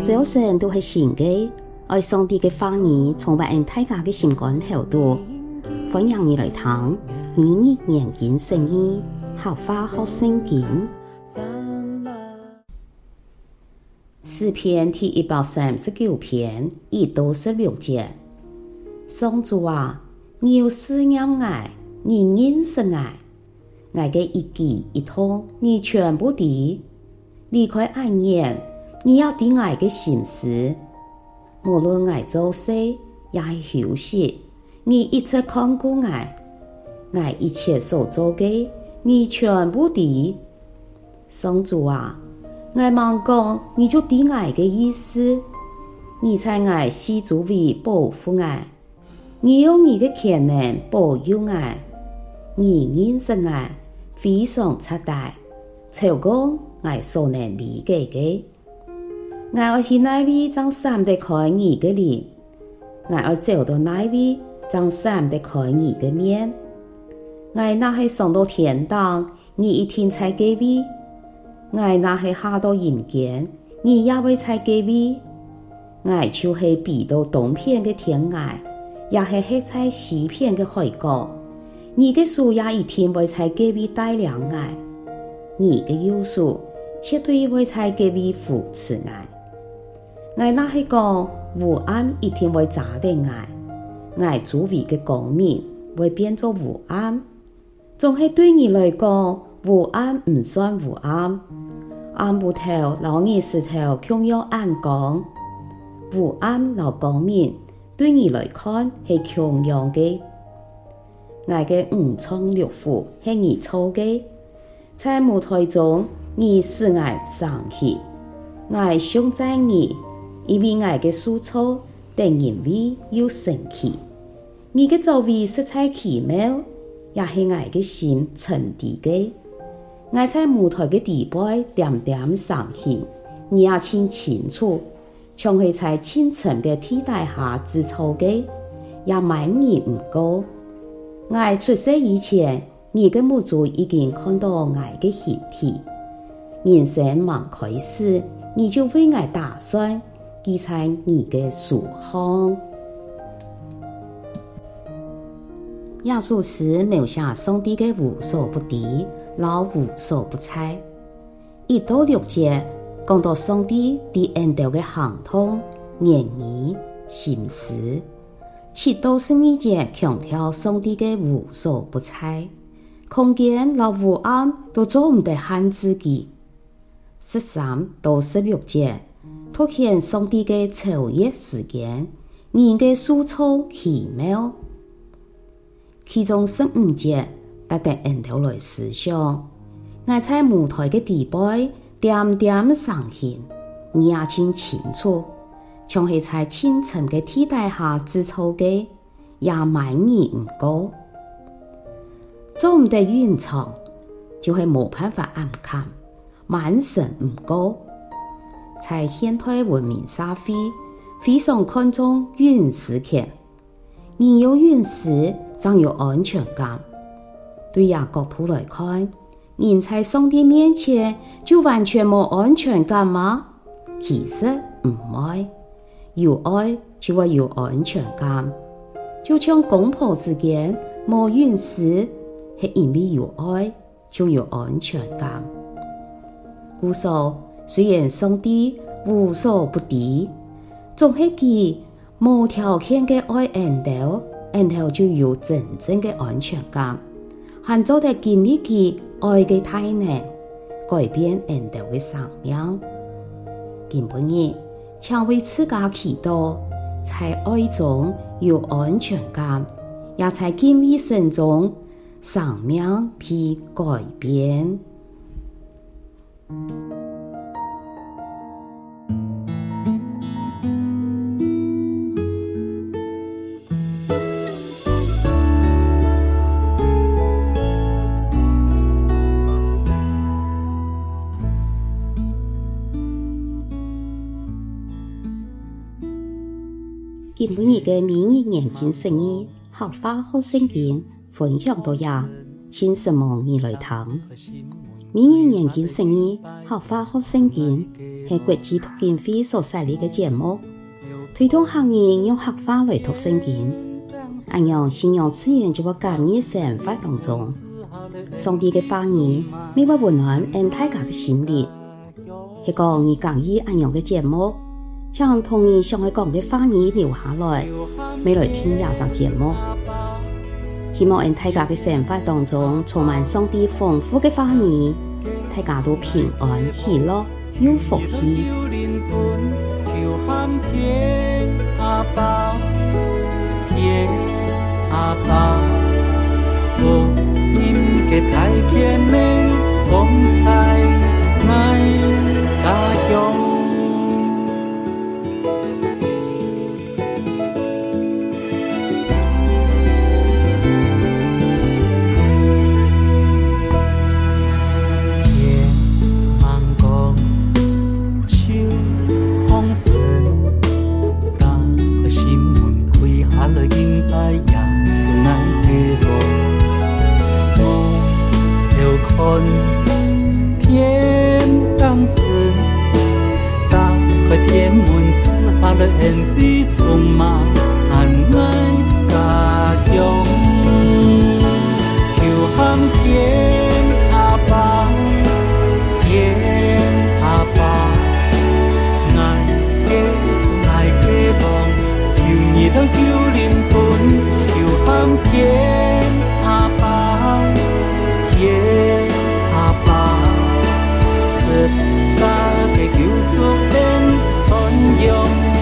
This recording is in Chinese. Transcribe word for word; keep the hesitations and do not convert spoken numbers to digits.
早晨都是新的，愛上帝的話語充滿大家的心肝頭度，歡迎你來聽每日研經聖經，合法學聖經。詩篇第一百三十九篇一到十六節。上主啊，你要思念我，你認識我，我的一舉一動你全部知，離開暗夜，你要知我的心思。無論我做事也是休息，你一切看顧我，我一切所做的你全部知。上主啊，我忙講你就知我的意思，你在我四周圍保護我，你用你的權能保佑我，你認識我非常徹底，超過我所能理解的。我要去那位將閃得開你的臉，我要走到那位將閃得開你的面。我那是上到天堂，你一定在嗰位；我那是下到陰間，你也會在嗰位。我就是避到東邊的天涯，也是黑在西邊的海角，你的手也一定會在嗰位帶領我，你的右手絕對會在嗰位扶持我。我那是講黑暗一定會炸得我，我周圍的光明會變作黑暗。總係對你來講，黑暗唔算黑暗，暗部頭老二石頭強有暗光，黑暗老光明對你來看係強樣的。我嘅五臟六腑係你造的，在舞台中你使我生氣，我想在你。因為我嘅書錯，但因為又生氣。你嘅作為實在奇妙，也是我嘅心沉澱嘅。我在舞台嘅地位點點上行，你也清清楚，像係在清晨嘅天底下製造嘅，也滿意唔高。我出世以前，你嘅母祖已經看到我嘅形體。人生剛開始，你就為我打算。記在你的書上。耶穌是描寫上帝的無所不知，老無所不猜。一到六節講到上帝對人道的行動、言語、心思。七到十二節強調上帝的無所不猜，空間老黑暗都做唔得限制己。十三到十六節凸顯上帝嘅超越時間，人嘅書錯奇妙。其中十五節特定人頭來思想，我在舞台嘅地位點點上行，你也清清楚，像係在清晨嘅天底下製造嘅，也滿意唔高。做唔得隱藏，就係冇辦法暗看，滿神唔高。在現代文明社會，非常看重隱私權。人有隱私，才有安全感。對亞角度來看，人在上帝面前就完全冇安全感嗎？其實唔係，有愛就會有安全感。就像公婆之間冇隱私，係因為有愛就有安全感。故說。雖然上帝無所不知，總係佢無條件嘅愛人道，人道就有真正嘅安全感，還做得經歷佢愛嘅大能，改變人道嘅生命。今晡日，請為自家祈禱，在愛中有安全感，也在敬畏神中生命被改變。今晡日嘅每日研經聖經，合法學聖經分享到呀，請什麼你來聽。每日研經聖經，合法學聖經， 是国际读经会所设立的节目，推动行业用客话来读圣经，按样信仰自然就会感染生活当中。上帝的话语每晚温暖俺大家的心灵，是讲你讲义按样的节目，将同你想要讲的话语留下来，未来听这集节目。希望俺大家的生活当中充满上帝丰富的话语，大家都平安喜乐有福气。 嘅太天的光彩，爱家乡。天茫光，秋风神，打开心门开下来敬拜耶稣爱的路。看天当神，打开天门，赐下了恩惠，充满爱家乡。求喊天阿爸，天阿爸，爱的主爱的梦，求你了救灵魂，求喊天阿爸，天。十架嘅救赎恩，传扬。